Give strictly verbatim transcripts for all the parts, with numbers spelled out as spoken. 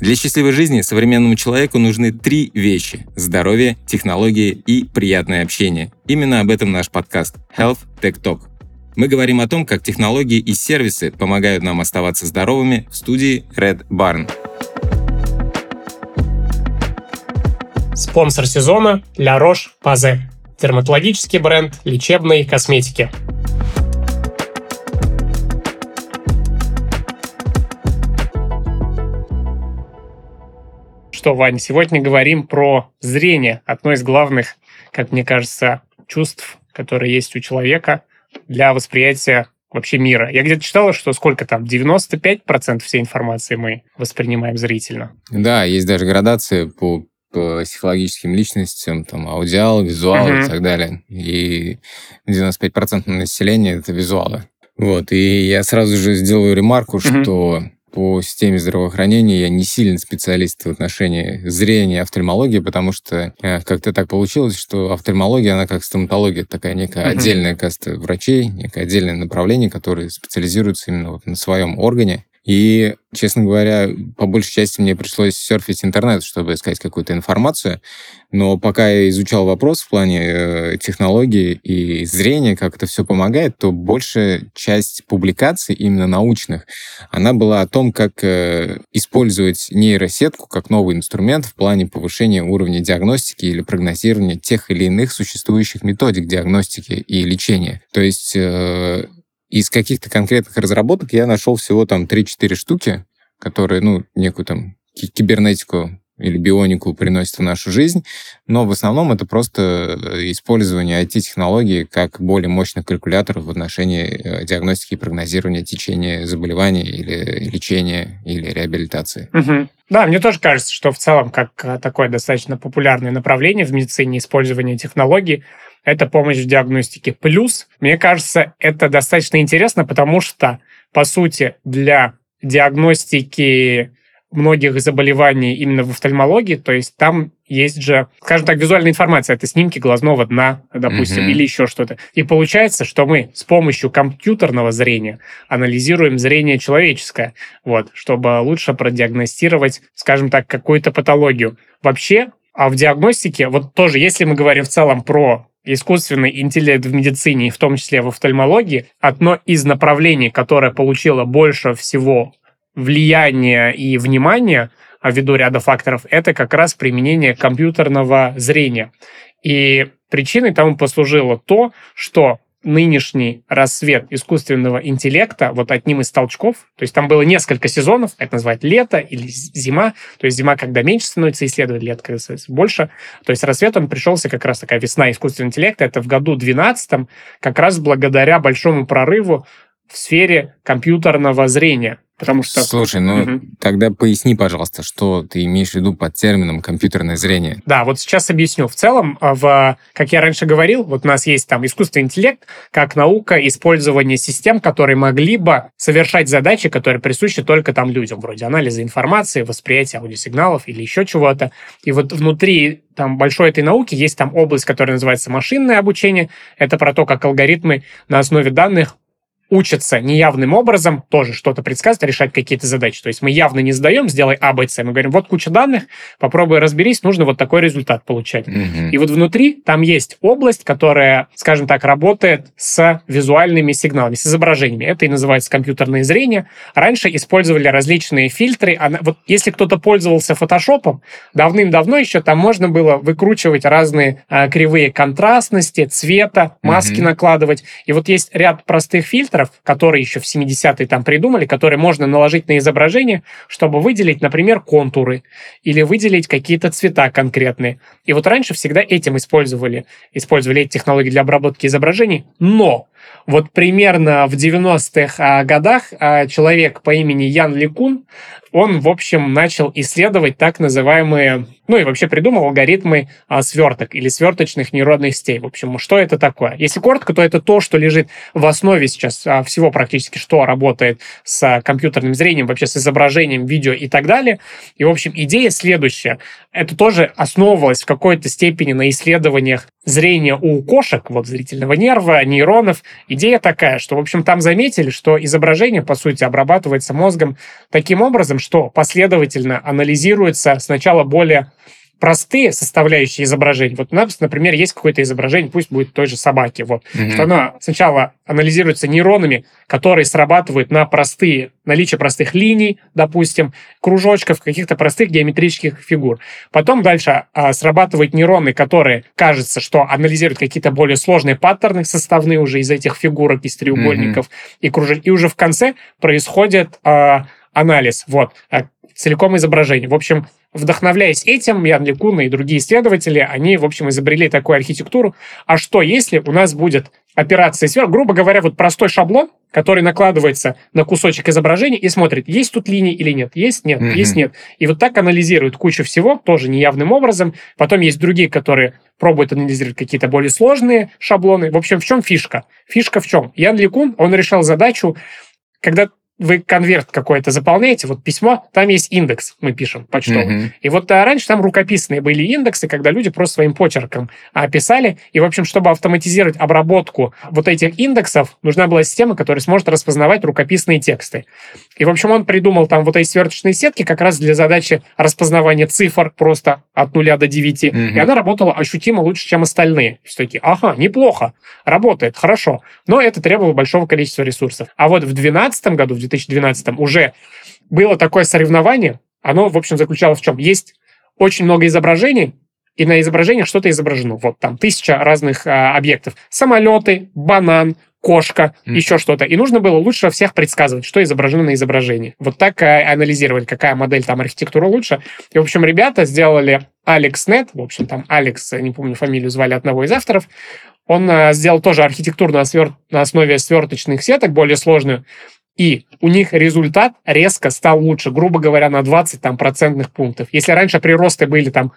Для счастливой жизни современному человеку нужны три вещи – здоровье, технологии и приятное общение. Именно об этом наш подкаст Health Tech Talk. Мы говорим о том, как технологии и сервисы помогают нам оставаться здоровыми в студии Red Barn. Спонсор сезона – La Roche-Posay. Дерматологический бренд лечебной косметики. Что, Вань, сегодня говорим про зрение. Одно из главных, как мне кажется, чувств, которые есть у человека для восприятия вообще мира. Я где-то читала, что сколько там, девяносто пять процентов всей информации мы воспринимаем зрительно. Да, есть даже градации по, по психологическим личностям, там, аудиал, визуал uh-huh. и так далее. И девяносто пять процентов населения — это визуалы. Вот, и я сразу же сделаю ремарку, uh-huh. что по системе здравоохранения я не сильный специалист в отношении зрения и офтальмологии, потому что э, как-то так получилось, что офтальмология, она как стоматология, такая некая uh-huh. отдельная каста врачей, некое отдельное направление, которое специализируется именно вот на своем органе. И, честно говоря, по большей части мне пришлось серфить интернет, чтобы искать какую-то информацию. Но пока я изучал вопрос в плане э, технологий и зрения, как это все помогает, то большая часть публикаций, именно научных, она была о том, как э, использовать нейросетку как новый инструмент в плане повышения уровня диагностики или прогнозирования тех или иных существующих методик диагностики и лечения. То есть э, из каких-то конкретных разработок я нашел всего там три-четыре штуки, которые, ну, некую там кибернетику или бионику приносят в нашу жизнь, но в основном это просто использование ай ти-технологий как более мощных калькуляторов в отношении диагностики и прогнозирования течения заболеваний или лечения, или реабилитации. Угу. Да, мне тоже кажется, что в целом, как такое достаточно популярное направление в медицине использования технологий, это помощь в диагностике. Плюс, мне кажется, это достаточно интересно, потому что, по сути, для диагностики многих заболеваний именно в офтальмологии, то есть там есть же, скажем так, визуальная информация, это снимки глазного дна, допустим, mm-hmm. или еще что-то. И получается, что мы с помощью компьютерного зрения анализируем зрение человеческое, вот, чтобы лучше продиагностировать, скажем так, какую-то патологию. Вообще, а в диагностике, вот тоже, если мы говорим в целом про искусственный интеллект в медицине, и в том числе в офтальмологии, одно из направлений, которое получило больше всего влияния и внимания ввиду ряда факторов, это как раз применение компьютерного зрения. И причиной тому послужило то, что нынешний рассвет искусственного интеллекта, вот одним из толчков, то есть там было несколько сезонов, это называют лето или зима, то есть зима, когда меньше становится исследователей, лето, когда становится больше, то есть рассвет он пришелся как раз такая весна искусственного интеллекта, это в году двенадцатом, как раз благодаря большому прорыву в сфере компьютерного зрения. Потому что... Слушай, ну угу. тогда поясни, пожалуйста, что ты имеешь в виду под термином «компьютерное зрение». Да, вот сейчас объясню. В целом, в, как я раньше говорил, вот у нас есть там искусственный интеллект, как наука использования систем, которые могли бы совершать задачи, которые присущи только там людям, вроде анализа информации, восприятия аудиосигналов или еще чего-то. И вот внутри там большой этой науки есть там область, которая называется машинное обучение. Это про то, как алгоритмы на основе данных учатся неявным образом тоже что-то предсказывать, решать какие-то задачи. То есть мы явно не задаем, сделай А, Б, С. Мы говорим, вот куча данных, попробуй разберись, нужно вот такой результат получать. Mm-hmm. И вот внутри там есть область, которая, скажем так, работает с визуальными сигналами, с изображениями. Это и называется компьютерное зрение. Раньше использовали различные фильтры. Она, вот если кто-то пользовался фотошопом, давным-давно еще там можно было выкручивать разные а, кривые контрастности, цвета, маски mm-hmm. накладывать. И вот есть ряд простых фильтров, которые еще в семидесятые там придумали, которые можно наложить на изображение, чтобы выделить, например, контуры или выделить какие-то цвета конкретные. И вот раньше всегда этим использовали, использовали эти технологии для обработки изображений, но вот примерно в девяностых годах человек по имени Ян Ли Кун, он, в общем, начал исследовать так называемые, ну и вообще придумал алгоритмы а, сверток или сверточных нейронных сетей. В общем, что это такое? Если коротко, то это то, что лежит в основе сейчас а, всего практически, что работает с а, компьютерным зрением, вообще с изображением, видео и так далее. И, в общем, идея следующая. Это тоже основывалось в какой-то степени на исследованиях зрения у кошек, вот зрительного нерва, нейронов. Идея такая, что, в общем, там заметили, что изображение, по сути, обрабатывается мозгом таким образом, что последовательно анализируется сначала более простые составляющие изображения. Вот у нас, например, есть какое-то изображение, пусть будет той же собаки, вот, mm-hmm. что оно сначала анализируется нейронами, которые срабатывают на простые, наличие простых линий, допустим, кружочков, каких-то простых геометрических фигур. Потом дальше а, срабатывают нейроны, которые, кажется, что анализируют какие-то более сложные паттерны, составные уже из этих фигурок, из треугольников mm-hmm. и кружочков. И уже в конце происходит а, анализ, вот, а, целиком изображение. В общем, вдохновляясь этим, Ян Ли Кун и другие исследователи, они, в общем, изобрели такую архитектуру. А что, если у нас будет операция сверху, грубо говоря, вот простой шаблон, который накладывается на кусочек изображения и смотрит, есть тут линии или нет, есть, нет, mm-hmm. есть, нет. И вот так анализирует кучу всего, тоже неявным образом. Потом есть другие, которые пробуют анализировать какие-то более сложные шаблоны. В общем, в чем фишка? Фишка в чем? Ян Ли Кун, он решал задачу, когда вы конверт какой-то заполняете, вот письмо, там есть индекс, мы пишем почтовый. Mm-hmm. И вот а, раньше там рукописные были индексы, когда люди просто своим почерком а, писали. И, в общем, чтобы автоматизировать обработку вот этих индексов, нужна была система, которая сможет распознавать рукописные тексты. И, в общем, он придумал там вот эти сверточные сетки как раз для задачи распознавания цифр просто от нуля до девяти. Mm-hmm. И она работала ощутимо лучше, чем остальные. Все такие, ага, неплохо, работает, хорошо. Но это требовало большого количества ресурсов. А вот в две тысячи двенадцатом году, в две тысячи двенадцатом уже было такое соревнование. Оно, в общем, заключалось в чем? Есть очень много изображений, и на изображениях что-то изображено. Вот там тысяча разных а, объектов. Самолеты, банан, кошка, mm. еще что-то. И нужно было лучше всех предсказывать, что изображено на изображении. Вот так а, анализировали, какая модель там архитектура лучше. И, в общем, ребята сделали AlexNet, в общем, там Алекс, не помню фамилию, звали одного из авторов. Он а, сделал тоже архитектуру на, свер... на основе сверточных сеток, более сложную. И у них результат резко стал лучше, грубо говоря, на двадцать там, процентных пунктов. Если раньше приросты были там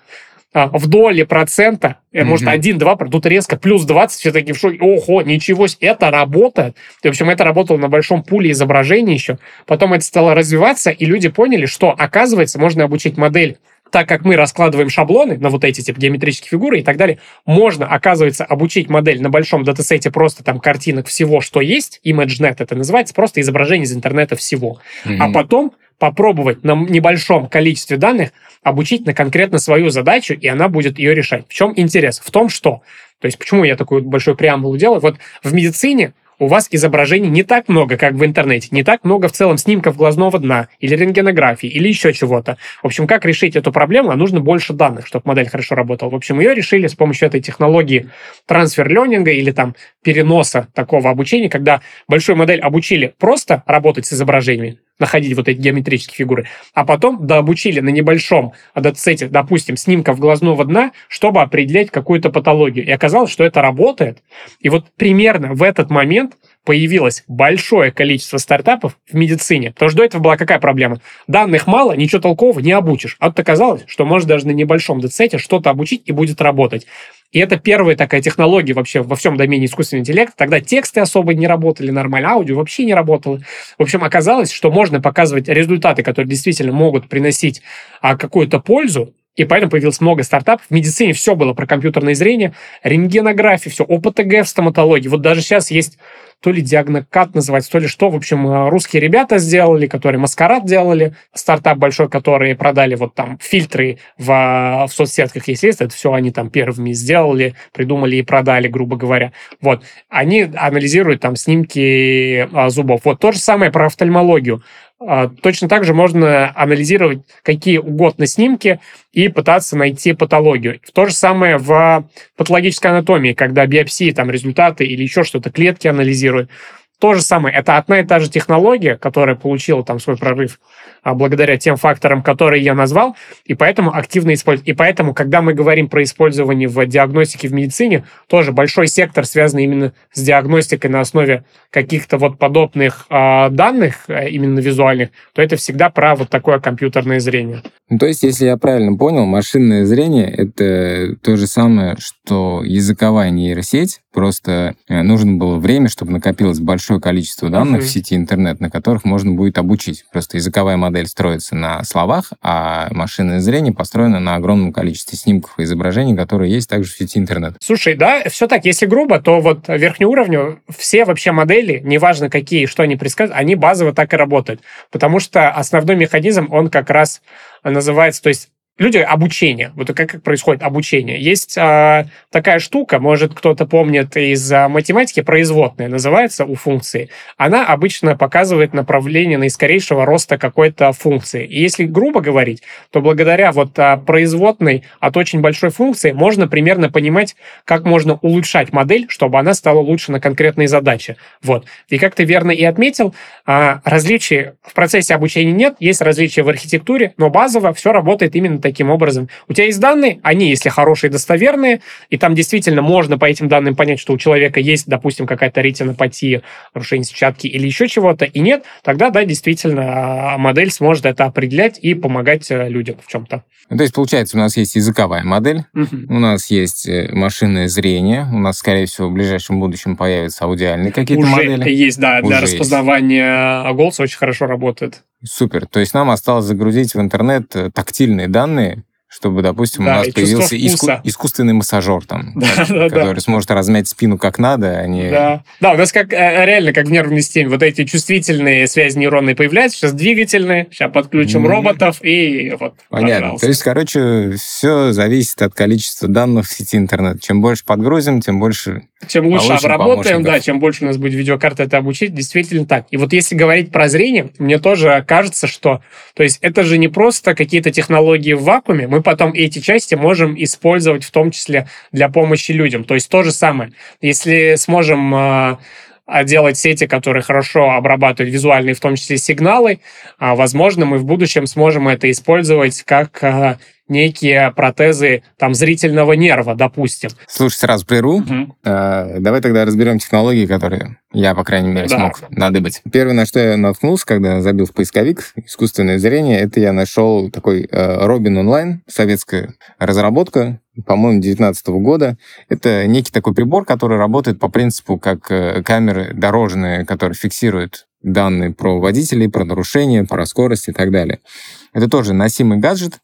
в доли процента, mm-hmm. может, один-два, тут резко плюс двадцать, все такие в шоке, ого, ничего себе, это работает. И, в общем, это работало на большом пуле изображений еще. Потом это стало развиваться, и люди поняли, что, оказывается, можно обучить модель так как мы раскладываем шаблоны на вот эти типа геометрические фигуры и так далее, можно, оказывается, обучить модель на большом датасете просто там картинок всего, что есть, ImageNet это называется, просто изображение из интернета всего. Mm-hmm. А потом попробовать на небольшом количестве данных обучить на конкретно свою задачу, и она будет ее решать. В чем интерес? В том, что... То есть, почему я такую большую преамбулу делаю? Вот в медицине у вас изображений не так много, как в интернете, не так много в целом снимков глазного дна или рентгенографии, или еще чего-то. В общем, как решить эту проблему? А нужно больше данных, чтобы модель хорошо работала. В общем, ее решили с помощью этой технологии трансфер-ленинга или там переноса такого обучения, когда большую модель обучили просто работать с изображениями, находить вот эти геометрические фигуры, а потом дообучили на небольшом датасете, допустим, снимков глазного дна, чтобы определять какую-то патологию. И оказалось, что это работает. И вот примерно в этот момент появилось большое количество стартапов в медицине. Потому что до этого была какая проблема? Данных мало, ничего толкового не обучишь. А тут оказалось, что можно даже на небольшом датасете что-то обучить и будет работать. И это первая такая технология вообще во всем домене искусственного интеллекта. Тогда тексты особо не работали нормально, аудио вообще не работало. В общем, оказалось, что можно показывать результаты, которые действительно могут приносить а, какую-то пользу. И поэтому появилось много стартапов. В медицине все было про компьютерное зрение, рентгенография, все, ОПТГ в стоматологии. Вот даже сейчас есть то ли Диагнокат называется, то ли что. В общем, русские ребята сделали, которые Маскарад делали. Стартап большой, который продали вот там фильтры в, в соцсетках, если есть. Это все они там первыми сделали, придумали и продали, грубо говоря. Вот. Они анализируют там снимки а, зубов. Вот то же самое про офтальмологию. Точно так же можно анализировать какие угодно снимки и пытаться найти патологию. То же самое в патологической анатомии, когда биопсии, там, результаты или еще что-то, клетки анализируют. То же самое. Это одна и та же технология, которая получила там свой прорыв а, благодаря тем факторам, которые я назвал, и поэтому активно используют. И поэтому, когда мы говорим про использование в диагностике в медицине, тоже большой сектор, связанный именно с диагностикой на основе каких-то вот подобных а, данных, а, именно визуальных, то это всегда про вот такое компьютерное зрение. Ну, то есть, если я правильно понял, машинное зрение — это то же самое, что языковая нейросеть, Просто нужно было время, чтобы накопилось большое количество данных uh-huh. в сети интернет, на которых можно будет обучить. Просто языковая модель строится на словах, а машинное зрение построено на огромном количестве снимков и изображений, которые есть также в сети интернет. Слушай, да, все так. Если грубо, то вот верхнего уровня все вообще модели, неважно какие, что они предсказывают, они базово так и работают. Потому что основной механизм, он как раз называется, то есть люди обучение. Вот как, как происходит обучение. Есть а, такая штука, может, кто-то помнит из а, математики, производная, называется у функции. Она обычно показывает направление наискорейшего роста какой-то функции. И если грубо говорить, то благодаря вот а, производной от очень большой функции можно примерно понимать, как можно улучшать модель, чтобы она стала лучше на конкретные задачи. Вот. И как ты верно и отметил, а, различий в процессе обучения нет, есть различия в архитектуре, но базово все работает именно таким образом. У тебя есть данные, они, если хорошие, достоверные, и там действительно можно по этим данным понять, что у человека есть, допустим, какая-то ретинопатия, нарушение сетчатки или еще чего-то, и нет, тогда, да, действительно, модель сможет это определять и помогать людям в чем-то. Ну, то есть, получается, у нас есть языковая модель, uh-huh. у нас есть машинное зрение, у нас, скорее всего, в ближайшем будущем появятся аудиальные какие-то Уже модели. Уже есть, да, для Уже распознавания есть. Голоса очень хорошо работает. Супер. То есть нам осталось загрузить в интернет тактильные данные, чтобы, допустим, да, у нас появился иску- искусственный массажер, там, да, да, который да. сможет размять спину как надо, а не... Да. да, у нас как реально, как в нервной системе, вот эти чувствительные связи нейронные появляются, сейчас двигательные, сейчас подключим mm-hmm. роботов, и вот, Понятно. Пожалуйста. То есть, короче, все зависит от количества данных в сети интернет. Чем больше подгрузим, тем больше... Чем лучше обработаем, да, чем больше у нас будет видеокарта это обучить, действительно так. И вот если говорить про зрение, мне тоже кажется, что... То есть это же не просто какие-то технологии в вакууме, мы потом эти части можем использовать в том числе для помощи людям. То есть то же самое. Если сможем э, делать сети, которые хорошо обрабатывают визуальные, в том числе сигналы, э, возможно, мы в будущем сможем это использовать как... Э, некие протезы там зрительного нерва, допустим. Слушай, сразу прерву. Угу. А, давай тогда разберем технологии, которые я, по крайней мере, да. смог надыбать. Первое, на что я наткнулся, когда забил в поисковик искусственное зрение, это я нашел такой э, Робин онлайн, советская разработка, по-моему, две тысячи девятнадцатого года. Это некий такой прибор, который работает по принципу, как э, камеры дорожные, которые фиксируют данные про водителей, про нарушения, про скорость и так далее. Это тоже носимый гаджет,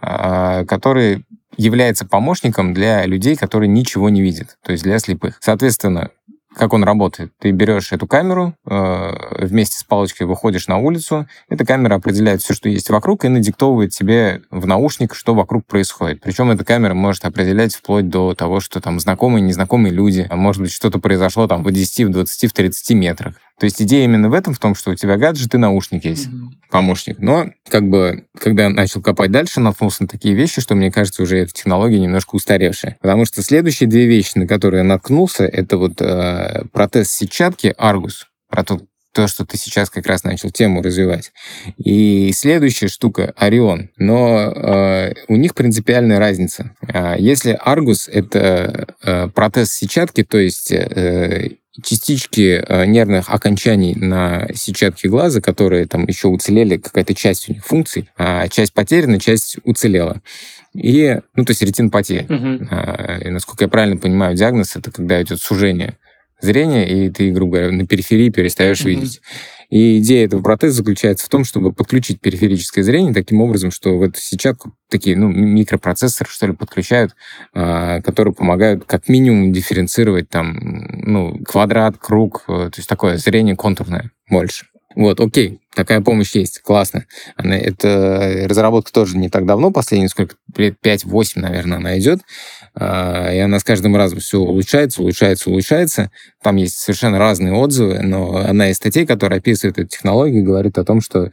который является помощником для людей, которые ничего не видят, то есть для слепых. Соответственно, как он работает? Ты берешь эту камеру, вместе с палочкой выходишь на улицу, эта камера определяет все, что есть вокруг, и надиктовывает тебе в наушник, что вокруг происходит. Причем эта камера может определять вплоть до того, что там знакомые, незнакомые люди, а может быть, что-то произошло там в десяти, в двадцати, в тридцати метрах. То есть идея именно в этом, в том, что у тебя гаджет и наушник есть, mm-hmm. помощник. Но как бы, когда я начал копать дальше, наткнулся на такие вещи, что, мне кажется, уже эта технология немножко устаревшая. Потому что следующие две вещи, на которые я наткнулся, это вот э, протез сетчатки Argus, про то, то, что ты сейчас как раз начал тему развивать. И следующая штука — Orion. Но э, у них принципиальная разница. Э, если Argus — это э, протез сетчатки, то есть э, частички э, нервных окончаний на сетчатке глаза, которые там еще уцелели, какая-то часть у них функций, а часть потеряна, часть уцелела. И, ну, то есть ретинопатия. Uh-huh. Э, и, насколько я правильно понимаю, диагноз — это когда идет сужение зрения, и ты, грубо говоря, на периферии перестаешь mm-hmm. видеть. И идея этого протеза заключается в том, чтобы подключить периферическое зрение таким образом, что в эту сетчатку такие, ну, микропроцессоры, что ли, подключают, а, которые помогают как минимум дифференцировать там, ну, квадрат, круг, то есть такое зрение контурное больше. Вот, окей, такая помощь есть, классно. Она, эта разработка тоже не так давно, последние сколько, лет пять-восемь, наверное, она идет, и она с каждым разом все улучшается, улучшается, улучшается. Там есть совершенно разные отзывы, но одна из статей, которая описывает эту технологию, говорит о том, что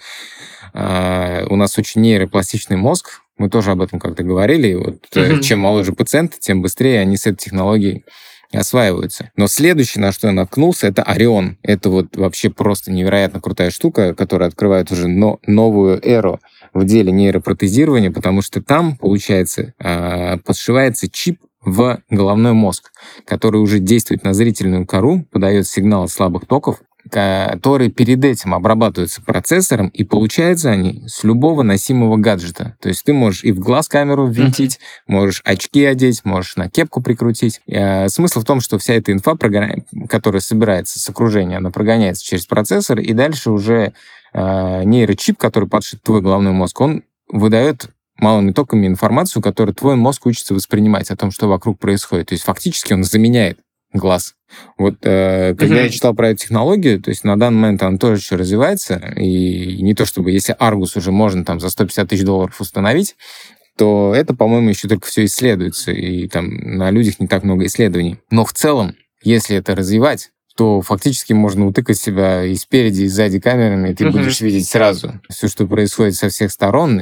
у нас очень нейропластичный мозг, мы тоже об этом как-то говорили, вот mm-hmm. чем моложе пациент, тем быстрее они с этой технологией осваиваются. Но следующее, на что я наткнулся, это Orion. Это вот вообще просто невероятно крутая штука, которая открывает уже но, новую эру в деле нейропротезирования, потому что там, получается, э, подшивается чип в головной мозг, который уже действует на зрительную кору, подает сигнал слабых токов, которые перед этим обрабатываются процессором, и получаются они с любого носимого гаджета. То есть ты можешь и в глаз камеру ввинтить, mm-hmm. можешь очки одеть, можешь на кепку прикрутить. А, смысл в том, что вся эта инфа, которая собирается с окружения, она прогоняется через процессор, и дальше уже а, нейрочип, который подшит в твой головной мозг, он выдает малыми токами информацию, которую твой мозг учится воспринимать о том, что вокруг происходит. То есть фактически он заменяет глаз. Вот э, когда mm-hmm. я читал про эту технологию, то есть на данный момент она тоже еще развивается, и не то чтобы, если Argus уже можно там за сто пятьдесят тысяч долларов установить, то это, по-моему, еще только все исследуется, и там на людях не так много исследований. Но в целом, если это развивать, то фактически можно утыкать себя и спереди, и сзади камерами, и ты mm-hmm. будешь видеть сразу все, что происходит со всех сторон,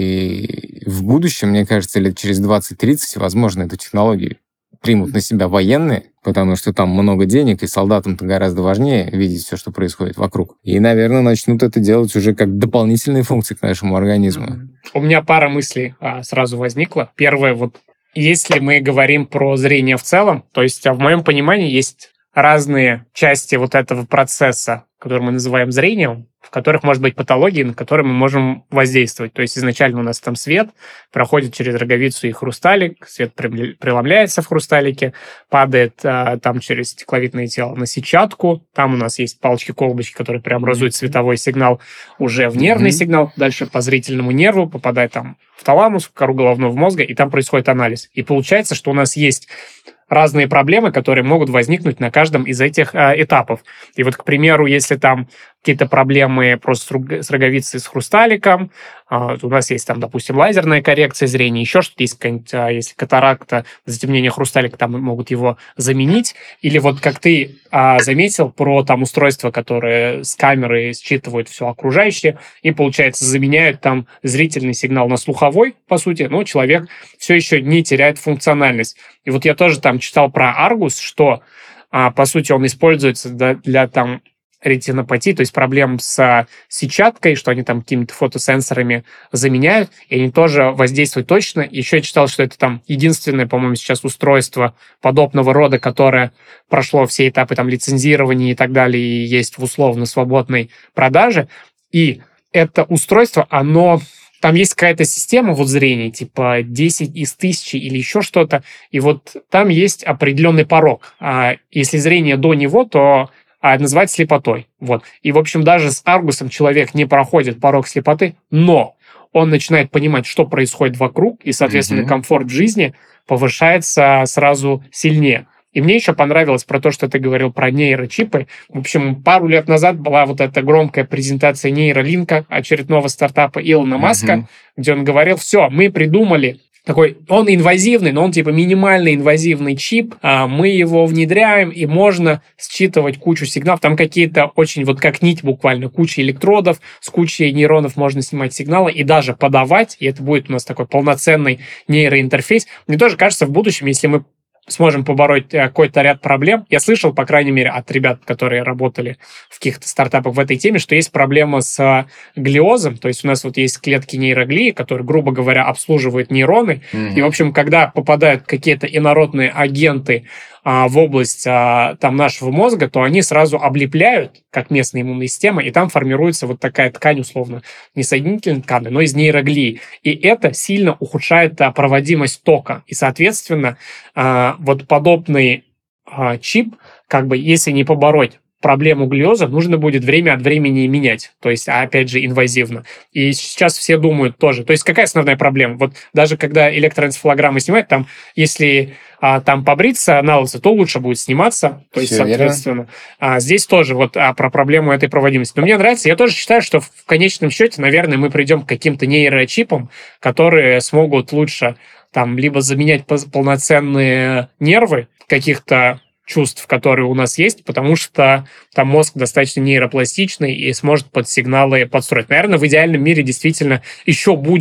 и в будущем, мне кажется, лет через двадцать-тридцать, возможно, эту технологию примут на себя военные, потому что там много денег, и солдатам-то гораздо важнее видеть все, что происходит вокруг. И, наверное, начнут это делать уже как дополнительные функции к нашему организму. У меня пара мыслей а, сразу возникла. Первое, вот если мы говорим про зрение в целом, то есть в моем понимании есть разные части вот этого процесса, который мы называем зрением, в которых может быть патологии, на которые мы можем воздействовать. То есть изначально у нас там свет проходит через роговицу и хрусталик, свет преломляется в хрусталике, падает а, там через стекловидное тело на сетчатку, там у нас есть палочки-колбочки, которые преобразуют световой сигнал уже в нервный mm-hmm. сигнал, дальше по зрительному нерву попадает там в таламус, в кору головного мозга, и там происходит анализ. И получается, что у нас есть разные проблемы, которые могут возникнуть на каждом из этих э, этапов. И вот, к примеру, если там какие-то проблемы просто с роговицей, с хрусталиком, э, у нас есть там, допустим, лазерная коррекция зрения, еще что-то есть, э, если катаракта, затемнение хрусталика, там могут его заменить. Или вот как ты э, заметил про там устройства, которые с камерой считывают все окружающее и, получается, заменяют там зрительный сигнал на слуховой, по сути, но человек все еще не теряет функциональность. И вот я тоже там читал про Argus, что, а, по сути, он используется для, для там ретинопатии, то есть проблем с сетчаткой, что они там какими-то фотосенсорами заменяют, и они тоже воздействуют точно. Еще я читал, что это там единственное, по-моему, сейчас устройство подобного рода, которое прошло все этапы там лицензирования и так далее, и есть в условно-свободной продаже. И это устройство, оно... Там есть какая-то система вот зрения, типа десять из тысячи или еще что-то, и вот там есть определенный порог. А если зрение до него, то а, называется слепотой. Вот. И, в общем, даже с Аргусом человек не проходит порог слепоты, но он начинает понимать, что происходит вокруг, и, соответственно, mm-hmm. комфорт жизни повышается сразу сильнее. И мне еще понравилось про то, что ты говорил про нейрочипы. В общем, пару лет назад была вот эта громкая презентация нейролинка, очередного стартапа Илона Маска, mm-hmm. где он говорил, все, мы придумали такой, он инвазивный, но он типа минимально инвазивный чип, а мы его внедряем, и можно считывать кучу сигналов. Там какие-то очень, вот как нить буквально, куча электродов, с кучей нейронов можно снимать сигналы и даже подавать, и это будет у нас такой полноценный нейроинтерфейс. Мне тоже кажется, в будущем, если мы сможем побороть какой-то ряд проблем. Я слышал, по крайней мере, от ребят, которые работали в каких-то стартапах в этой теме, что есть проблема с глиозом, то есть у нас вот есть клетки нейроглии, которые, грубо говоря, обслуживают нейроны, mm-hmm. и, в общем, когда попадают какие-то инородные агенты а, в область а, там нашего мозга, то они сразу облепляют, как местная иммунная система, и там формируется вот такая ткань, условно, не соединительной ткани, но из нейроглии. И это сильно ухудшает а, проводимость тока. И, соответственно, а, вот подобный а, чип, как бы, если не побороть проблему глиоза, нужно будет время от времени менять, то есть, опять же, инвазивно. И сейчас все думают тоже. То есть, какая основная проблема? Вот даже когда электроэнцефалограммы снимают, там, если а, там побриться на лысо, то лучше будет сниматься. То есть, все соответственно, а, здесь тоже вот а, про проблему этой проводимости. Но мне нравится, я тоже считаю, что в конечном счете, наверное, мы придем к каким-то нейрочипам, которые смогут лучше там либо заменять полноценные нервы каких-то чувств, которые у нас есть, потому что там мозг достаточно нейропластичный и сможет под сигналы подстроить. Наверное, в идеальном мире действительно еще будет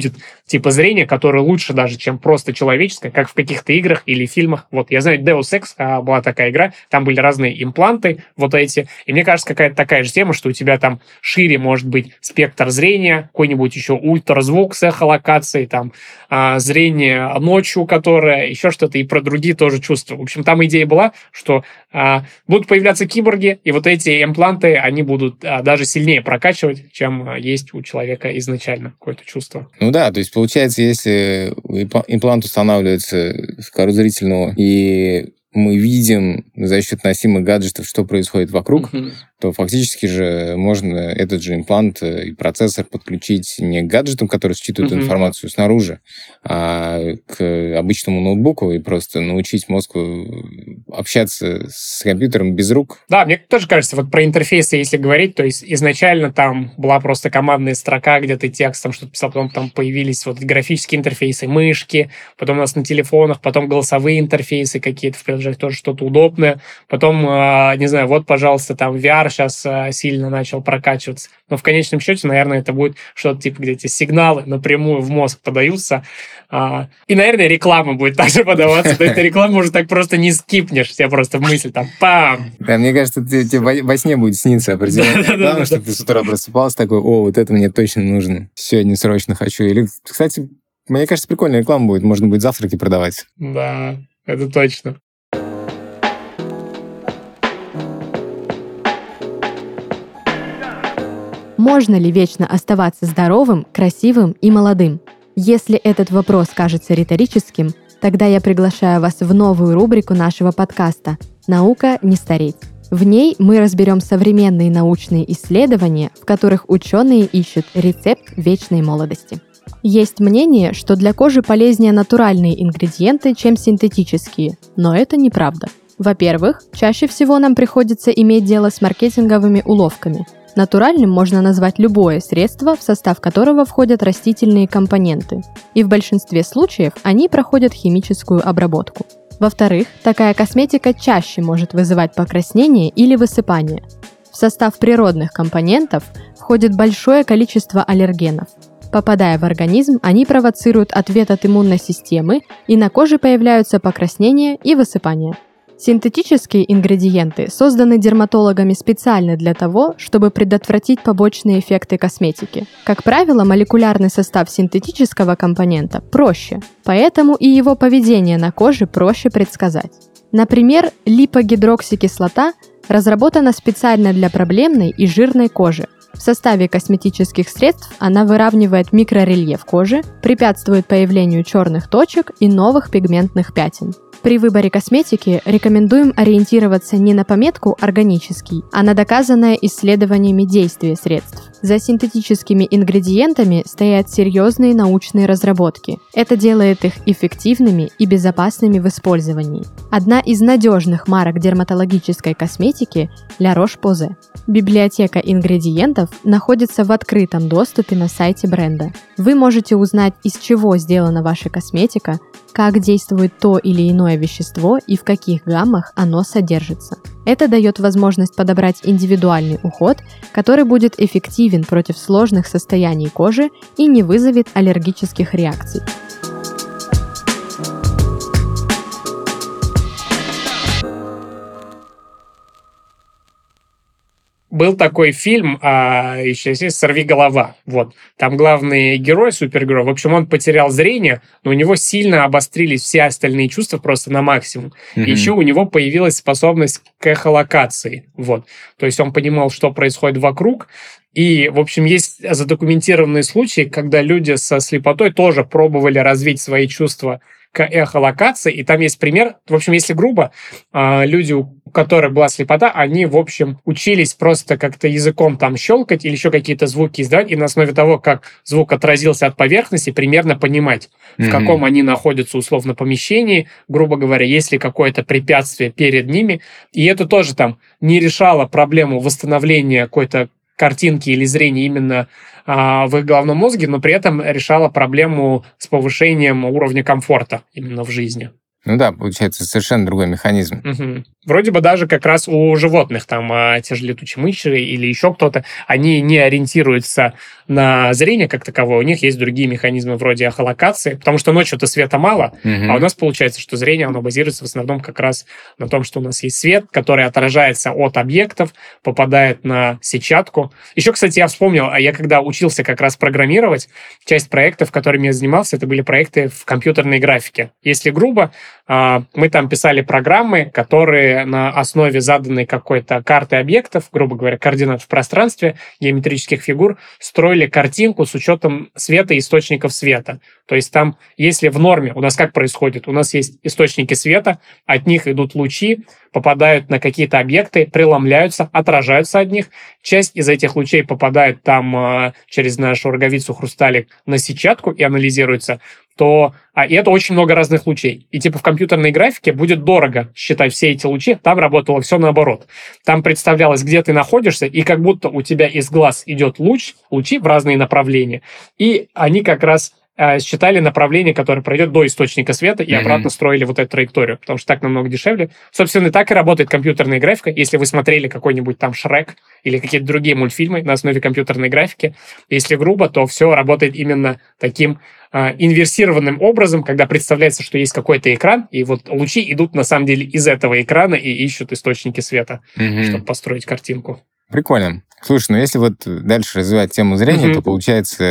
типа зрения, которое лучше даже, чем просто человеческое, как в каких-то играх или фильмах. Вот, я знаю, Deus Ex а, была такая игра, там были разные импланты вот эти, и мне кажется, какая-то такая же тема, что у тебя там шире может быть спектр зрения, какой-нибудь еще ультразвук с эхолокацией, там, а, зрение ночью, которое, еще что-то, и про другие тоже чувства. В общем, там идея была, что а, будут появляться киборги, и вот эти импланты, они будут а, даже сильнее прокачивать, чем а, есть у человека изначально какое-то чувство. Ну да, то есть получается, если имплант устанавливается в кору зрительного, и мы видим за счет носимых гаджетов, что происходит вокруг, mm-hmm. то фактически же можно этот же имплант и процессор подключить не к гаджетам, которые считывают mm-hmm. информацию снаружи, а к обычному ноутбуку и просто научить мозгу общаться с компьютером без рук. Да, мне тоже кажется, вот про интерфейсы, если говорить, то есть изначально там была просто командная строка, где ты текстом что-то писал, потом там появились вот графические интерфейсы, мышки, потом у нас на телефонах, потом голосовые интерфейсы какие-то в приложениях, тоже что-то удобное, потом, не знаю, вот, пожалуйста, там ви ар сейчас сильно начал прокачиваться, но в конечном счете, наверное, это будет что-то типа, где эти сигналы напрямую в мозг подаются, и, наверное, реклама будет также подаваться, то есть ты рекламу уже так просто не скипнешь, тебе просто в мысль там пам! Да, мне кажется, тебе во сне будет сниться определенная реклама, чтобы ты с утра просыпался такой, о, вот это мне точно нужно, сегодня срочно хочу. Или, кстати, мне кажется, прикольная реклама будет, можно будет завтраки продавать. Да, это точно. Можно ли вечно оставаться здоровым, красивым и молодым? Если этот вопрос кажется риторическим, тогда я приглашаю вас в новую рубрику нашего подкаста «Наука не стареть». В ней мы разберем современные научные исследования, в которых ученые ищут рецепт вечной молодости. Есть мнение, что для кожи полезнее натуральные ингредиенты, чем синтетические, но это неправда. Во-первых, чаще всего нам приходится иметь дело с маркетинговыми уловками. Натуральным можно назвать любое средство, в состав которого входят растительные компоненты, и в большинстве случаев они проходят химическую обработку. Во-вторых, такая косметика чаще может вызывать покраснение или высыпание. В состав природных компонентов входит большое количество аллергенов. Попадая в организм, они провоцируют ответ от иммунной системы, и на коже появляются покраснения и высыпания. Синтетические ингредиенты созданы дерматологами специально для того, чтобы предотвратить побочные эффекты косметики. Как правило, молекулярный состав синтетического компонента проще, поэтому и его поведение на коже проще предсказать. Например, липогидроксикислота разработана специально для проблемной и жирной кожи. В составе косметических средств она выравнивает микрорельеф кожи, препятствует появлению черных точек и новых пигментных пятен. При выборе косметики рекомендуем ориентироваться не на пометку «органический», а на доказанное исследованиями действие средств. За синтетическими ингредиентами стоят серьезные научные разработки. Это делает их эффективными и безопасными в использовании. Одна из надежных марок дерматологической косметики – La Roche-Posay. Библиотека ингредиентов находится в открытом доступе на сайте бренда. Вы можете узнать, из чего сделана ваша косметика, как действует то или иное вещество и в каких гаммах оно содержится. Это дает возможность подобрать индивидуальный уход, который будет эффективен против сложных состояний кожи и не вызовет аллергических реакций. Был такой фильм, а, еще есть «Сорвиголова». Вот. Там главный герой, супергерой, в общем, он потерял зрение, но у него сильно обострились все остальные чувства просто на максимум. Mm-hmm. И еще у него появилась способность к эхолокации. Вот. То есть он понимал, что происходит вокруг. И, в общем, есть задокументированные случаи, когда люди со слепотой тоже пробовали развить свои чувства к эхолокации, и там есть пример, в общем, если грубо, люди, у которых была слепота, они, в общем, учились просто как-то языком там щелкать или еще какие-то звуки издавать, и на основе того, как звук отразился от поверхности, примерно понимать, mm-hmm. в каком они находятся условно помещении, грубо говоря, есть ли какое-то препятствие перед ними, и это тоже там не решало проблему восстановления какой-то картинки или зрения именно а, в их головном мозге, но при этом решала проблему с повышением уровня комфорта именно в жизни. Ну да, получается, совершенно другой механизм. Угу. вроде бы даже как раз у животных, там, а, те же летучие мыши или еще кто-то, они не ориентируются на зрение как таковое, у них есть другие механизмы вроде эхолокации, потому что ночью-то света мало, mm-hmm. а у нас получается, что зрение, оно базируется в основном как раз на том, что у нас есть свет, который отражается от объектов, попадает на сетчатку. Еще, кстати, я вспомнил, а я когда учился как раз программировать, часть проектов, которыми я занимался, это были проекты в компьютерной графике. Если грубо, мы там писали программы, которые на основе заданной какой-то карты объектов, грубо говоря, координат в пространстве, геометрических фигур, строили картинку с учетом света и источников света. То есть там, если в норме, у нас как происходит? У нас есть источники света, от них идут лучи, попадают на какие-то объекты, преломляются, отражаются от них. Часть из этих лучей попадает там э, через нашу роговицу хрусталик на сетчатку и анализируется, то а, и это очень много разных лучей. И типа в компьютерной графике будет дорого считать все эти лучи, там работало все наоборот. Там представлялось, где ты находишься, и как будто у тебя из глаз идет луч, лучи в разные направления, и они как раз считали направление, которое пройдет до источника света, и mm-hmm. обратно строили вот эту траекторию, потому что так намного дешевле. Собственно, так и работает компьютерная графика. Если вы смотрели какой-нибудь там Шрек или какие-то другие мультфильмы на основе компьютерной графики, если грубо, то все работает именно таким э, инверсированным образом, когда представляется, что есть какой-то экран, и вот лучи идут на самом деле из этого экрана и ищут источники света, mm-hmm. чтобы построить картинку. Прикольно. Слушай, ну если вот дальше развивать тему зрения, mm-hmm. то получается,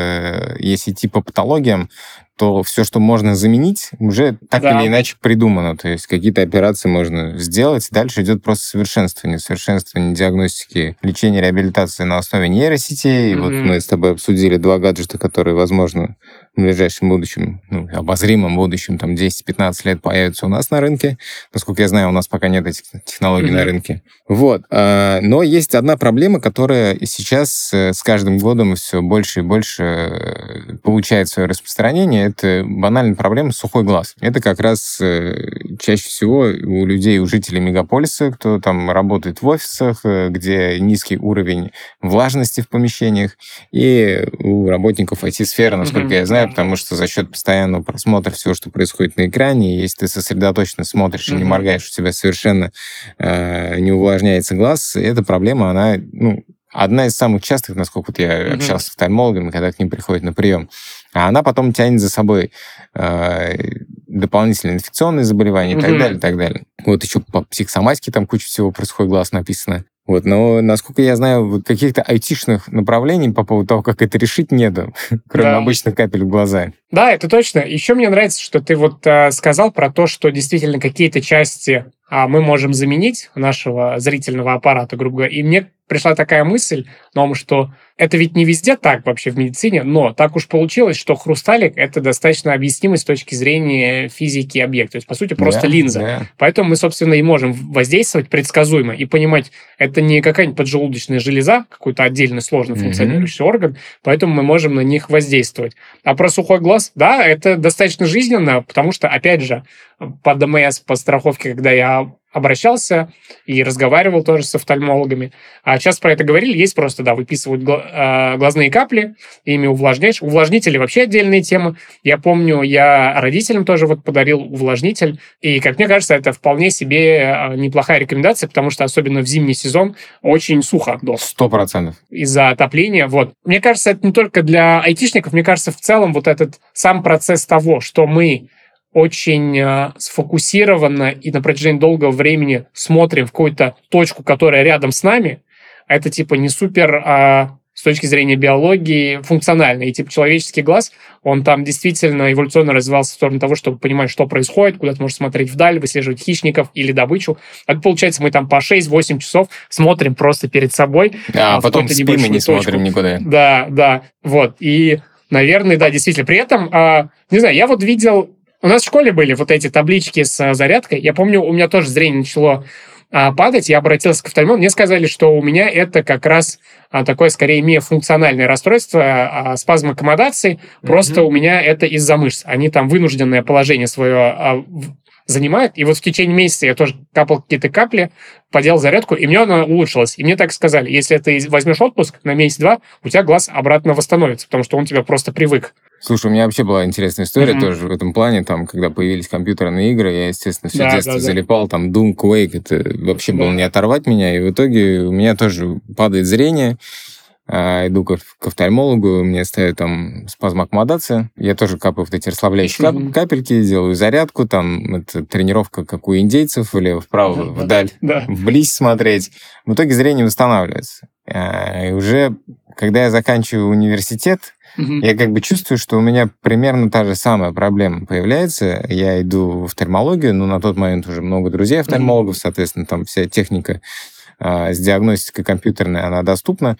э, если идти по патологиям, то все, что можно заменить, уже так да. или иначе придумано. То есть какие-то операции можно сделать. Дальше идет просто совершенствование. Совершенствование диагностики, лечения, реабилитации на основе нейросетей. Mm-hmm. Вот мы с тобой обсудили два гаджета, которые, возможно, в ближайшем будущем, ну, обозримом будущем, там, десять-пятнадцать лет появятся у нас на рынке. Насколько я знаю, у нас пока нет этих технологий mm-hmm. на рынке. Вот. Но есть одна проблема, которая сейчас с каждым годом все больше и больше получает свое распространение. Это банальная проблема сухой глаз. Это как раз чаще всего у людей, у жителей мегаполиса, кто там работает в офисах, где низкий уровень влажности в помещениях, и у работников ай ти-сферы, насколько mm-hmm. я знаю, потому что за счет постоянного просмотра всего, что происходит на экране, если ты сосредоточенно смотришь mm-hmm. и не моргаешь, у тебя совершенно э, не увлажняется глаз, эта проблема, она, ну, одна из самых частых, насколько вот я mm-hmm. общался с офтальмологами, когда к ним приходят на прием. А она потом тянет за собой э, дополнительные инфекционные заболевания mm-hmm. и так далее, и так далее. Вот еще по психосоматике там куча всего про сухой глаз написано. Вот, но, насколько я знаю, вот каких-то айтишных направлений по поводу того, как это решить, нету, кроме да. обычных капель в глаза. Да, это точно. Еще мне нравится, что ты вот э, сказал про то, что действительно какие-то части а, мы можем заменить нашего зрительного аппарата, грубо говоря. И мне пришла такая мысль о том, что это ведь не везде так вообще в медицине, но так уж получилось, что хрусталик — это достаточно объяснимо с точки зрения физики объекта. То есть, по сути, просто да, линза. Да. Поэтому мы, собственно, и можем воздействовать предсказуемо и понимать, это не какая-нибудь поджелудочная железа, какой-то отдельный сложно функционирующий mm-hmm. орган, поэтому мы можем на них воздействовать. А про сухой глаз, да, это достаточно жизненно, потому что, опять же, по ДМС, по страховке, когда я обращался и разговаривал тоже с офтальмологами. А сейчас про это говорили. Есть просто, да, выписывают глазные капли, ими увлажняешь. Увлажнители вообще отдельная тема. Я помню, я родителям тоже вот подарил увлажнитель. И, как мне кажется, это вполне себе неплохая рекомендация, потому что особенно в зимний сезон очень сухо дома. Сто процентов. Из-за отопления. Вот. Мне кажется, это не только для айтишников. Мне кажется, в целом вот этот сам процесс того, что мы очень э, сфокусированно и на протяжении долгого времени смотрим в какую-то точку, которая рядом с нами, это типа не супер э, с точки зрения биологии функционально. И типа человеческий глаз, он там действительно эволюционно развивался в сторону того, чтобы понимать, что происходит, куда ты можешь смотреть вдаль, выслеживать хищников или добычу. А получается, мы там по шесть-восемь часов смотрим просто перед собой. А, а потом спим и не точку. Смотрим никуда. Да, да, вот. И, наверное, да, действительно. При этом, э, не знаю, я вот видел... У нас в школе были вот эти таблички с зарядкой. Я помню, у меня тоже зрение начало а, падать. Я обратился к офтальмологу. Мне сказали, что у меня это как раз а, такое, скорее, миофункциональное расстройство, а, спазм аккомодации. Mm-hmm. Просто у меня это из-за мышц. Они там вынужденное положение свое а, занимают. И вот в течение месяца я тоже капал какие-то капли, поделал зарядку, и мне она улучшилась. И мне так сказали, если ты возьмешь отпуск на месяц-два, у тебя глаз обратно восстановится, потому что он тебя просто привык. Слушай, у меня вообще была интересная история Мгм. тоже в этом плане, там, когда появились компьютерные игры, я, естественно, все Да, детство да, да. залипал, там, Doom, Quake, это вообще было Да. не оторвать меня, и в итоге у меня тоже падает зрение, а, иду к, к офтальмологу, мне ставят там спазмоаккомодация, я тоже капаю вот эти расслабляющие кап- Мгм. капельки, делаю зарядку, там, это тренировка, как у индейцев, влево-вправо, Ага, да. вдаль, Да. вблизь смотреть. В итоге зрение восстанавливается. А, И уже, когда я заканчиваю университет, Мгм. я как бы чувствую, что у меня примерно та же самая проблема появляется. Я иду в офтальмологию, но на тот момент уже много друзей офтальмологов, соответственно, там вся техника а, с диагностикой компьютерной, она доступна.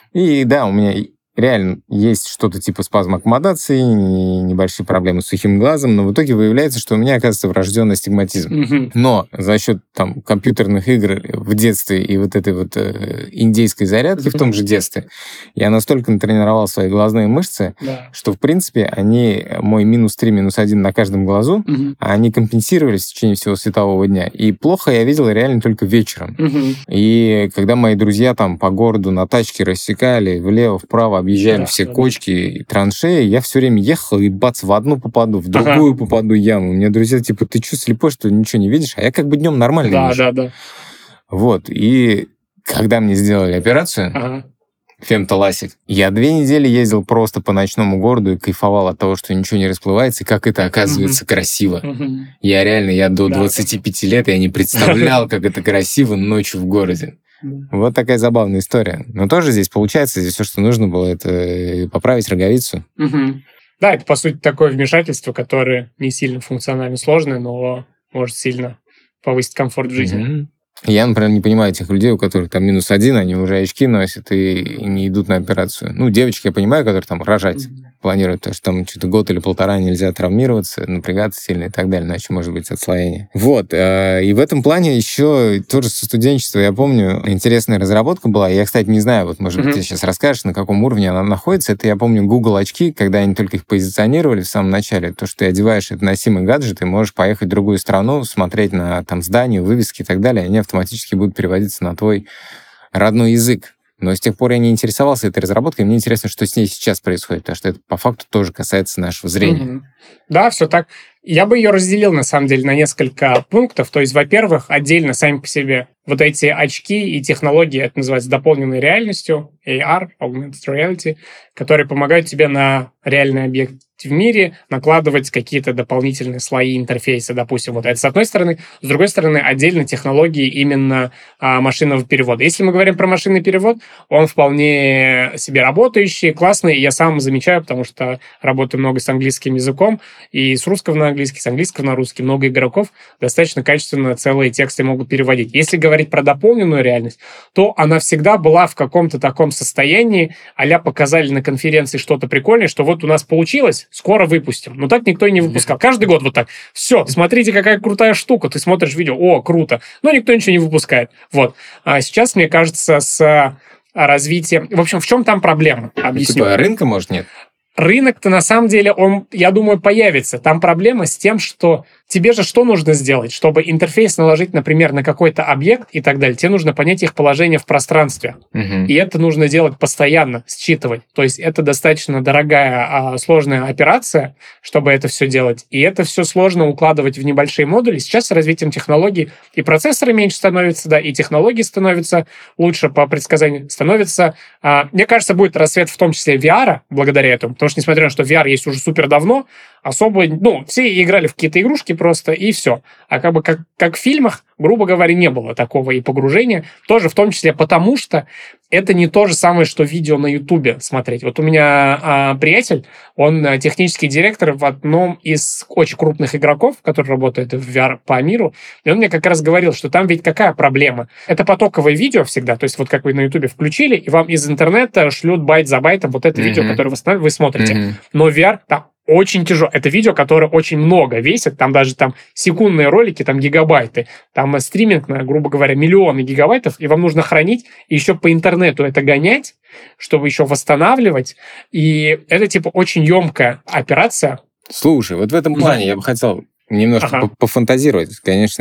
И да, у меня и реально есть что-то типа спазмоаккомодации, не- небольшие проблемы с сухим глазом, но в итоге выявляется, что у меня, оказывается, врожденный астигматизм. Мгм. Но за счет там компьютерных игр в детстве и вот этой вот э, индейской зарядки в том же детстве, я настолько натренировал свои глазные мышцы, Да. что, в принципе, они, мой минус три, минус один на каждом глазу, Мгм. они компенсировались в течение всего светового дня. И плохо я видел реально только вечером. Мгм. И когда мои друзья там по городу на тачке рассекали, влево, вправо объезжали Да, все да, да. кочки и траншеи, я все время ехал и бац, в одну попаду, в другую попаду яму. У меня друзья типа, ты что, слепой, что ли, ничего не видишь? А я как бы днем нормально Да, вижу. да, да. Вот. И когда мне сделали операцию, Ага. фемтоласик, я две недели ездил просто по ночному городу и кайфовал от того, что ничего не расплывается, и как это оказывается красиво. Мгм. Я реально, я до Да, двадцати пяти лет, я не представлял, как это красиво ночью в городе. Вот такая забавная история. Но тоже здесь получается, здесь все, что нужно было, это поправить роговицу. Мгм. Да, это, по сути, такое вмешательство, которое не сильно функционально сложное, но может сильно повысить комфорт в жизни. Мгм. Я, например, не понимаю этих людей, у которых там минус один, они уже очки носят и, и не идут на операцию. Ну, девочки я понимаю, которые там рожать Мгм. планируют, потому что там что-то год или полтора нельзя травмироваться, напрягаться сильно и так далее, иначе может быть отслоение. Вот. э, И в этом плане еще тоже со студенчества, я помню, интересная разработка была. Я, кстати, не знаю, вот, может быть, Мгм. ты сейчас расскажешь, на каком уровне она находится. Это, я помню, Google очки, когда они только их позиционировали в самом начале. То, что ты одеваешь этот носимый гаджет и можешь поехать в другую страну, смотреть на там здания, вывески и так далее, они автоматически будут переводиться на твой родной язык. Но с тех пор я не интересовался этой разработкой, и мне интересно, что с ней сейчас происходит, потому что это по факту тоже касается нашего зрения. Мгм. Да, все так. Я бы ее разделил, на самом деле, на несколько пунктов. То есть, во-первых, отдельно сами по себе вот эти очки и технологии, это называется дополненной реальностью, эй ар, Augmented Reality, которые помогают тебе на реальный объект в мире накладывать какие-то дополнительные слои интерфейса, допустим, вот это с одной стороны. С другой стороны, отдельно технологии именно а, машинного перевода. Если мы говорим про машинный перевод, он вполне себе работающий, классный, и я сам замечаю, потому что работаю много с английским языком, и с русского на английский, с английского на русский. Много игроков достаточно качественно целые тексты могут переводить. Если говорить про дополненную реальность, то она всегда была в каком-то таком состоянии, а-ля показали на конференции что-то прикольное, что вот у нас получилось, скоро выпустим. Но так никто и не выпускал. Каждый год вот так. Все, смотрите, какая крутая штука. Ты смотришь видео, о, круто. Но никто ничего не выпускает. Вот. А сейчас, мне кажется, с развитием... В общем, в чем там проблема? Объясню. Типа рынка, может, нет? Рынок-то на самом деле, он, я думаю, появится. Там проблема с тем, что тебе же что нужно сделать? Чтобы интерфейс наложить, например, на какой-то объект и так далее, тебе нужно понять их положение в пространстве. Мгм. И это нужно делать постоянно, считывать. То есть это достаточно дорогая, а, сложная операция, чтобы это все делать. И это все сложно укладывать в небольшие модули. Сейчас с развитием технологий и процессоры меньше становятся, да, и технологии становятся лучше по предсказанию. Становится, а, мне кажется, будет рассвет в том числе ви ар благодаря этому. Потому что, несмотря на то, что ви ар есть уже супер давно, особо, ну, все играли в какие-то игрушки просто, и все. А как бы как, как в фильмах, грубо говоря, не было такого и погружения. Тоже в том числе потому, что это не то же самое, что видео на Ютубе смотреть. Вот у меня а, приятель, он а, технический директор в одном из очень крупных игроков, который работает в ви ар по миру, и он мне как раз говорил, что там ведь какая проблема? Это потоковое видео всегда, то есть вот как вы на Ютубе включили, и вам из интернета шлют байт за байтом вот это Мгм. видео, которое вы, вы смотрите. Мгм. Но ви ар там очень тяжело. Это видео, которое очень много весит. Там даже там секундные ролики, там гигабайты. Там стриминг на, грубо говоря, миллионы гигабайтов. И вам нужно хранить, и еще по интернету это гонять, чтобы еще восстанавливать. И это, типа, очень емкая операция. Слушай, вот в этом Мгм. плане я бы хотел немножко Ага. по- пофантазировать. Конечно,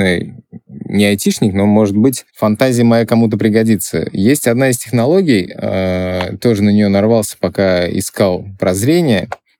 не айтишник, но, может быть, фантазия моя кому-то пригодится. Есть одна из технологий, э, тоже на нее нарвался, пока искал прозрение.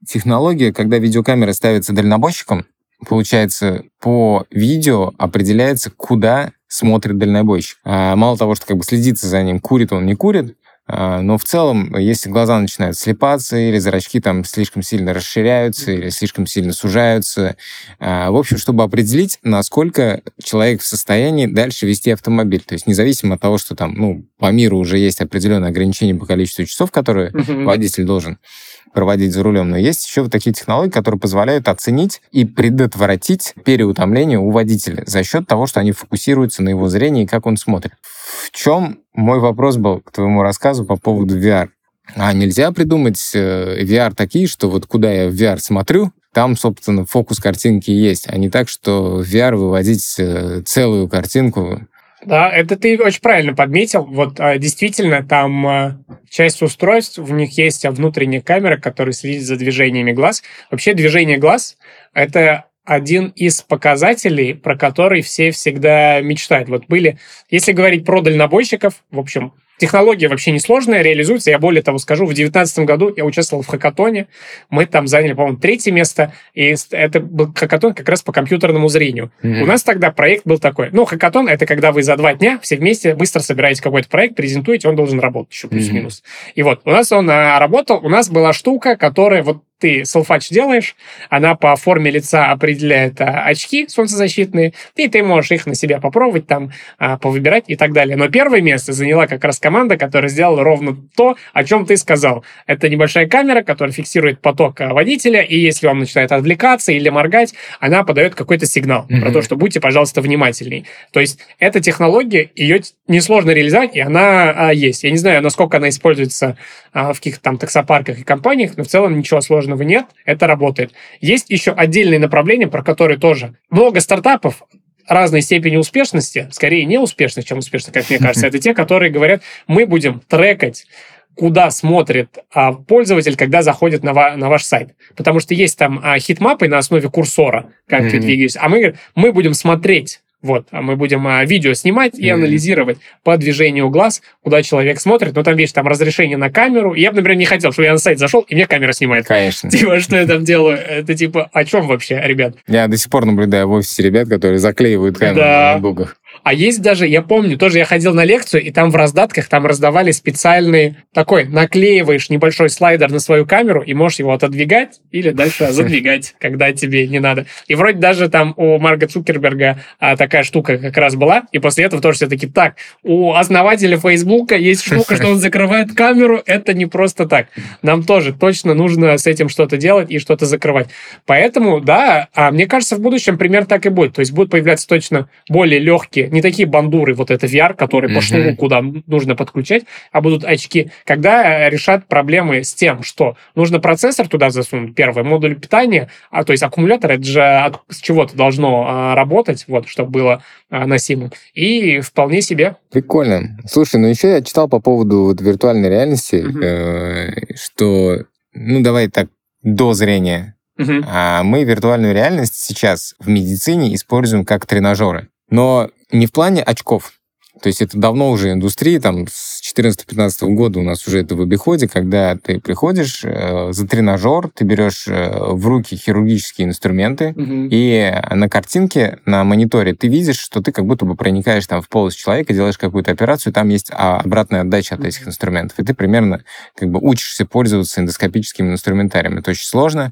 технология, когда видеокамера ставится дальнобойщиком, получается, по видео определяется, куда смотрит дальнобойщик. А мало того, что как бы следится за ним, курит он, не курит, но в целом, если глаза начинают слепаться, или зрачки там слишком сильно расширяются, или слишком сильно сужаются, в общем, чтобы определить, насколько человек в состоянии дальше вести автомобиль. То есть независимо от того, что там, ну, по миру уже есть определенные ограничения по количеству часов, которые mm-hmm. водитель должен проводить за рулем, но есть еще вот такие технологии, которые позволяют оценить и предотвратить переутомление у водителя за счет того, что они фокусируются на его зрении и как он смотрит. В чем мой вопрос был к твоему рассказу по поводу ви ар? А нельзя придумать ви ар такие, что вот куда я в ви ар смотрю, там, собственно, фокус картинки есть, а не так, что в ви ар выводить целую картинку. Да, это ты очень правильно подметил. Вот действительно, там часть устройств, в них есть внутренняя камера, которая следит за движениями глаз. Вообще движение глаз — это один из показателей, про который все всегда мечтают. Вот были, если говорить про дальнобойщиков, в общем, технология вообще несложная, реализуется. Я более того скажу, в две тысячи девятнадцатом году я участвовал в хакатоне. Мы там заняли, по-моему, третье место. И это был хакатон как раз по компьютерному зрению. Mm-hmm. У нас тогда проект был такой. Ну, хакатон — это когда вы за два дня все вместе быстро собираете какой-то проект, презентуете, он должен работать еще плюс-минус. Mm-hmm. И вот у нас он а, работал. У нас была штука, которая вот ты селфач делаешь, она по форме лица определяет а, очки солнцезащитные, и ты можешь их на себя попробовать, там, а, повыбирать и так далее. Но первое место заняла как раз команда, которая сделала ровно то, о чем ты сказал. Это небольшая камера, которая фиксирует поток водителя, и если он начинает отвлекаться или моргать, она подает какой-то сигнал mm-hmm. про то, что будьте, пожалуйста, внимательней. То есть эта технология, ее несложно реализовать, и она а, есть. Я не знаю, насколько она используется а, в каких-то там таксопарках и компаниях, но в целом ничего сложного нет, это работает. Есть еще отдельные направления, про которые тоже много стартапов разной степени успешности, скорее неуспешных, чем успешных, как мне кажется, это те, которые говорят, мы будем трекать, куда смотрит а, пользователь, когда заходит на, ва- на ваш сайт. Потому что есть там а, хитмапы на основе курсора, как mm-hmm. ты двигаешься, а мы, мы будем смотреть. Вот, а мы будем а, видео снимать и mm-hmm. анализировать по движению глаз, куда человек смотрит. Но там, видишь, там разрешение на камеру. И я бы, например, не хотел, чтобы я на сайт зашел, и мне камера снимает. Конечно. Типа, что я там делаю? Это типа, о чем вообще, ребят? Я до сих пор наблюдаю в офисе ребят, которые заклеивают камеру да. на ноутбуках. А есть даже, я помню, тоже я ходил на лекцию, и там в раздатках там раздавали специальный такой, наклеиваешь небольшой слайдер на свою камеру, и можешь его отодвигать или дальше задвигать, когда тебе не надо. И вроде даже там у Марка Цукерберга а, такая штука как раз была, и после этого тоже все таки так, у основателя Фейсбука есть штука, что он закрывает камеру, это не просто так. Нам тоже точно нужно с этим что-то делать и что-то закрывать. Поэтому, да, а мне кажется, в будущем пример так и будет. То есть будут появляться точно более легкие, не такие бандуры, вот это ви ар, который mm-hmm. по шнуру куда нужно подключать, а будут очки, когда решат проблемы с тем, что нужно процессор туда засунуть, первый, модуль питания, а то есть аккумулятор, это же от, с чего-то должно а, работать, вот, чтобы было а, носимым, и вполне себе. Прикольно. Слушай, ну еще я читал по поводу вот, виртуальной реальности, mm-hmm. э, что, ну давай так, до зрения, mm-hmm. а мы виртуальную реальность сейчас в медицине используем как тренажеры. Но не в плане очков. То есть это давно уже индустрия, там, с четырнадцатого-пятнадцатого года у нас уже это в обиходе, когда ты приходишь э, за тренажер, ты берешь э, в руки хирургические инструменты, mm-hmm. и на картинке, на мониторе ты видишь, что ты как будто бы проникаешь там в полость человека, делаешь какую-то операцию, там есть обратная отдача от этих mm-hmm. инструментов, и ты примерно как бы учишься пользоваться эндоскопическим инструментарием. Это очень сложно,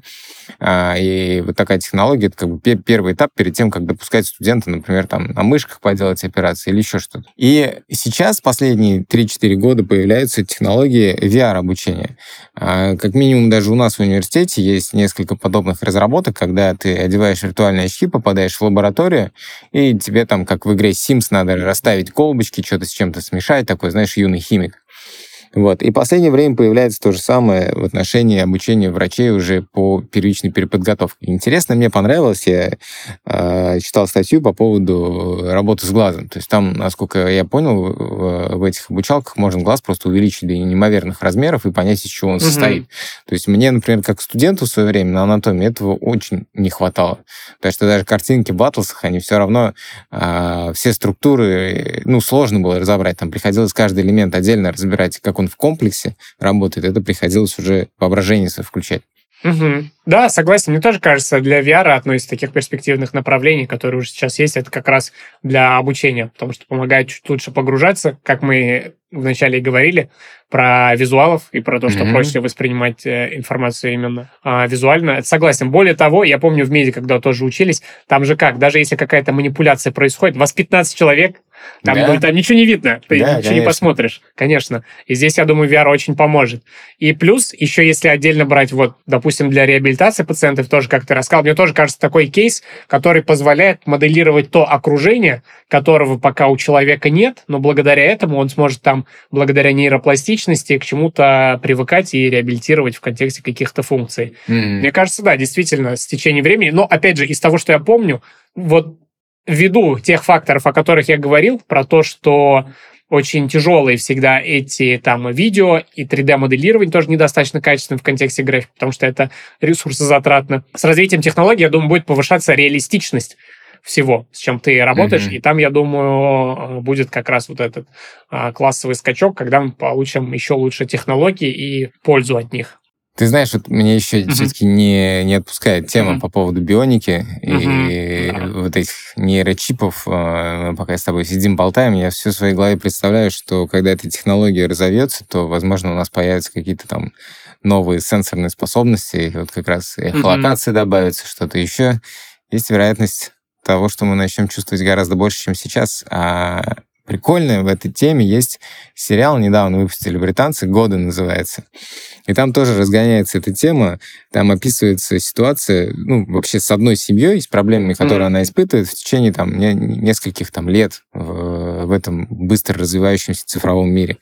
а, и вот такая технология, это как бы первый этап перед тем, как допускать студента, например, там, на мышках поделать операции или еще что-то. И сейчас, последние три-четыре года, появляются технологии ви ар-обучения. Как минимум, даже у нас в университете есть несколько подобных разработок, когда ты одеваешь виртуальные очки, попадаешь в лабораторию, и тебе там, как в игре Sims, надо расставить колбочки, что-то с чем-то смешать, такой, знаешь, юный химик. Вот. И в последнее время появляется то же самое в отношении обучения врачей уже по первичной переподготовке. Интересно, мне понравилось, я э, читал статью по поводу работы с глазом. То есть там, насколько я понял, в, в этих обучалках можно глаз просто увеличить до неимоверных размеров и понять, из чего он угу. состоит. То есть мне, например, как студенту в свое время на анатомии этого очень не хватало. Потому что даже картинки в атласах, они все равно, э, все структуры, ну, сложно было разобрать. Там приходилось каждый элемент отдельно разбирать, как он в комплексе работает, это приходилось уже воображение свое включать. Угу. Да, согласен. Мне тоже кажется, для ви ар одно из таких перспективных направлений, которые уже сейчас есть, это как раз для обучения, потому что помогает чуть лучше погружаться, как мы вначале и говорили, про визуалов и про то, что mm-hmm. проще воспринимать информацию именно а, визуально. Согласен. Более того, я помню в меди, когда тоже учились, там же как, даже если какая-то манипуляция происходит, вас пятнадцать человек, там, да. ну, там ничего не видно, ты да, ничего конечно. не посмотришь, конечно. И здесь, я думаю, ви ар очень поможет. И плюс, еще если отдельно брать, вот, допустим, для реабилитации пациентов, тоже, как ты рассказал, мне тоже кажется такой кейс, который позволяет моделировать то окружение, которого пока у человека нет, но благодаря этому он сможет там, благодаря нейропластичности, к чему-то привыкать и реабилитировать в контексте каких-то функций. Mm-hmm. Мне кажется, да, действительно, с течением времени. Но, опять же, из того, что я помню, вот ввиду тех факторов, о которых я говорил, про то, что очень тяжелые всегда эти там видео и три дэ-моделирование тоже недостаточно качественно в контексте графики, потому что это ресурсозатратно. С развитием технологий, я думаю, будет повышаться реалистичность всего, с чем ты работаешь, mm-hmm. и там, я думаю, будет как раз вот этот а, классовый скачок, когда мы получим еще лучше технологии и пользу от них. Ты знаешь, вот меня еще mm-hmm. все-таки не, не отпускает тема mm-hmm. по поводу бионики mm-hmm. и mm-hmm. вот этих нейрочипов. Пока с тобой сидим, болтаем, я все в своей голове представляю, что когда эта технология разовьется, то, возможно, у нас появятся какие-то там новые сенсорные способности, вот как раз эхолокации mm-hmm. добавится, что-то еще. Есть вероятность того, что мы начнем чувствовать гораздо больше, чем сейчас. А прикольное в этой теме есть сериал, недавно выпустили британцы, «Годы» называется. И там тоже разгоняется эта тема, там описывается ситуация, ну, вообще с одной семьей, с проблемами, которые mm-hmm. она испытывает в течение там не, нескольких там лет в, в этом быстро развивающемся цифровом мире.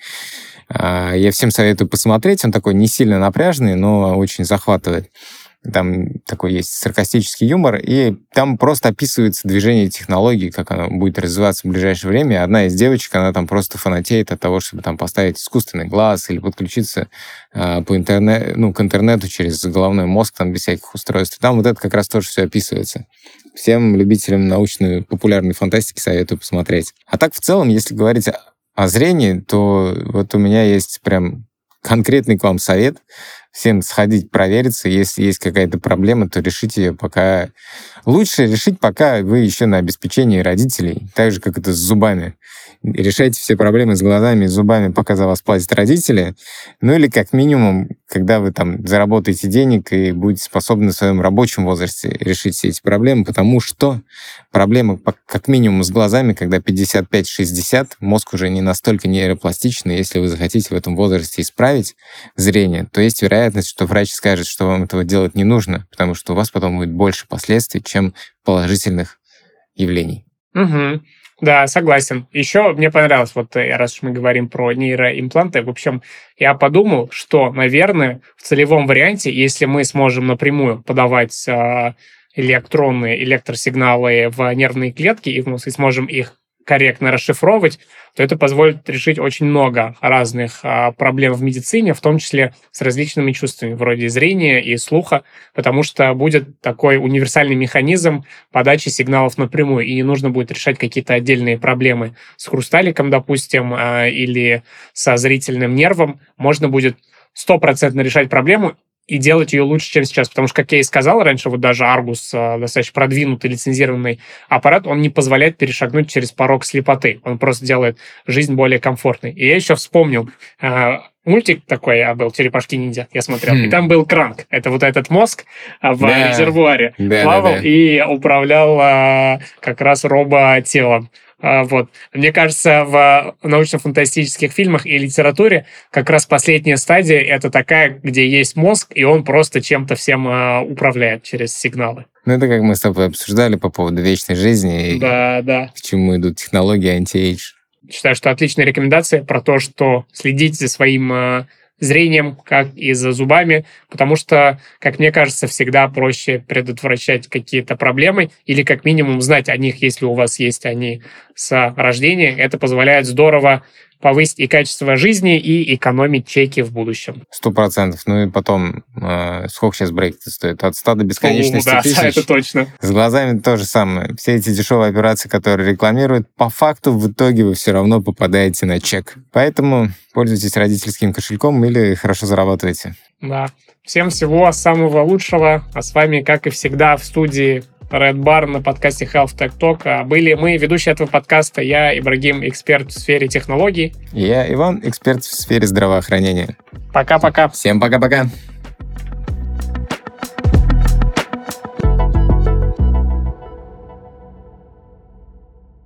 Я всем советую посмотреть, он такой не сильно напряжный, но очень захватывает. Там такой есть саркастический юмор, и там просто описывается движение технологий, как оно будет развиваться в ближайшее время. Одна из девочек, она там просто фанатеет от того, чтобы там поставить искусственный глаз или подключиться э, по интернет, ну, к интернету через головной мозг, там, без всяких устройств. Там вот это как раз тоже все описывается. Всем любителям научной популярной фантастики советую посмотреть. А так, в целом, если говорить о, о зрении, то вот у меня есть прям конкретный к вам совет. Всем сходить, провериться. Если есть какая-то проблема, то решите ее пока... Лучше решить, пока вы еще на обеспечении родителей. Так же, как это с зубами. Решайте все проблемы с глазами и зубами, пока за вас платят родители. Ну или как минимум, когда вы там заработаете денег и будете способны в своем рабочем возрасте решить все эти проблемы, потому что проблемы как минимум с глазами, когда пятьдесят пять шестьдесят, мозг уже не настолько нейропластичный. Если вы захотите в этом возрасте исправить зрение, то есть вероятность, что врач скажет, что вам этого делать не нужно, потому что у вас потом будет больше последствий, чем положительных явлений. Угу. Да, согласен. Еще мне понравилось, вот раз уж мы говорим про нейроимпланты, в общем, я подумал, что, наверное, в целевом варианте, если мы сможем напрямую подавать э, электронные электросигналы в нервные клетки и в мозг, и сможем их корректно расшифровывать, то это позволит решить очень много разных а, проблем в медицине, в том числе с различными чувствами, вроде зрения и слуха, потому что будет такой универсальный механизм подачи сигналов напрямую, и не нужно будет решать какие-то отдельные проблемы с хрусталиком, допустим, а, или со зрительным нервом. Можно будет стопроцентно решать проблему и делать ее лучше, чем сейчас. Потому что, как я и сказал раньше, вот даже Argus, достаточно продвинутый лицензированный аппарат, он не позволяет перешагнуть через порог слепоты. Он просто делает жизнь более комфортной. И я еще вспомнил, э, мультик такой был «Черепашки-ниндзя», я смотрел, хм. и там был Кранк. Это вот этот мозг в да. резервуаре да, плавал да, да. и управлял э, как раз робо-телом. Вот. Мне кажется, в научно-фантастических фильмах и литературе как раз последняя стадия — это такая, где есть мозг, и он просто чем-то всем управляет через сигналы. Ну, это как мы с тобой обсуждали по поводу вечной жизни. Да, и да. К чему идут технологии анти-эйдж. Считаю, что отличная рекомендация про то, что следить за своим зрением, как и за зубами, потому что, как мне кажется, всегда проще предотвращать какие-то проблемы или как минимум знать о них, если у вас есть они с рождения. Это позволяет здорово повысить и качество жизни, и экономить чеки в будущем. Сто процентов. Ну и потом, э, сколько сейчас брейк-то стоит? От ста до бесконечности О, да, тысяч. это точно. С глазами то же самое. Все эти дешевые операции, которые рекламируют, по факту в итоге вы все равно попадаете на чек. Поэтому пользуйтесь родительским кошельком или хорошо зарабатывайте. Да. Всем всего самого лучшего. А с вами, как и всегда, в студии Red Bar на подкасте Health Tech Talk были мы, ведущие этого подкаста. Я, Ибрагим, эксперт в сфере технологий. И я, Иван, эксперт в сфере здравоохранения. Пока-пока. Всем пока-пока.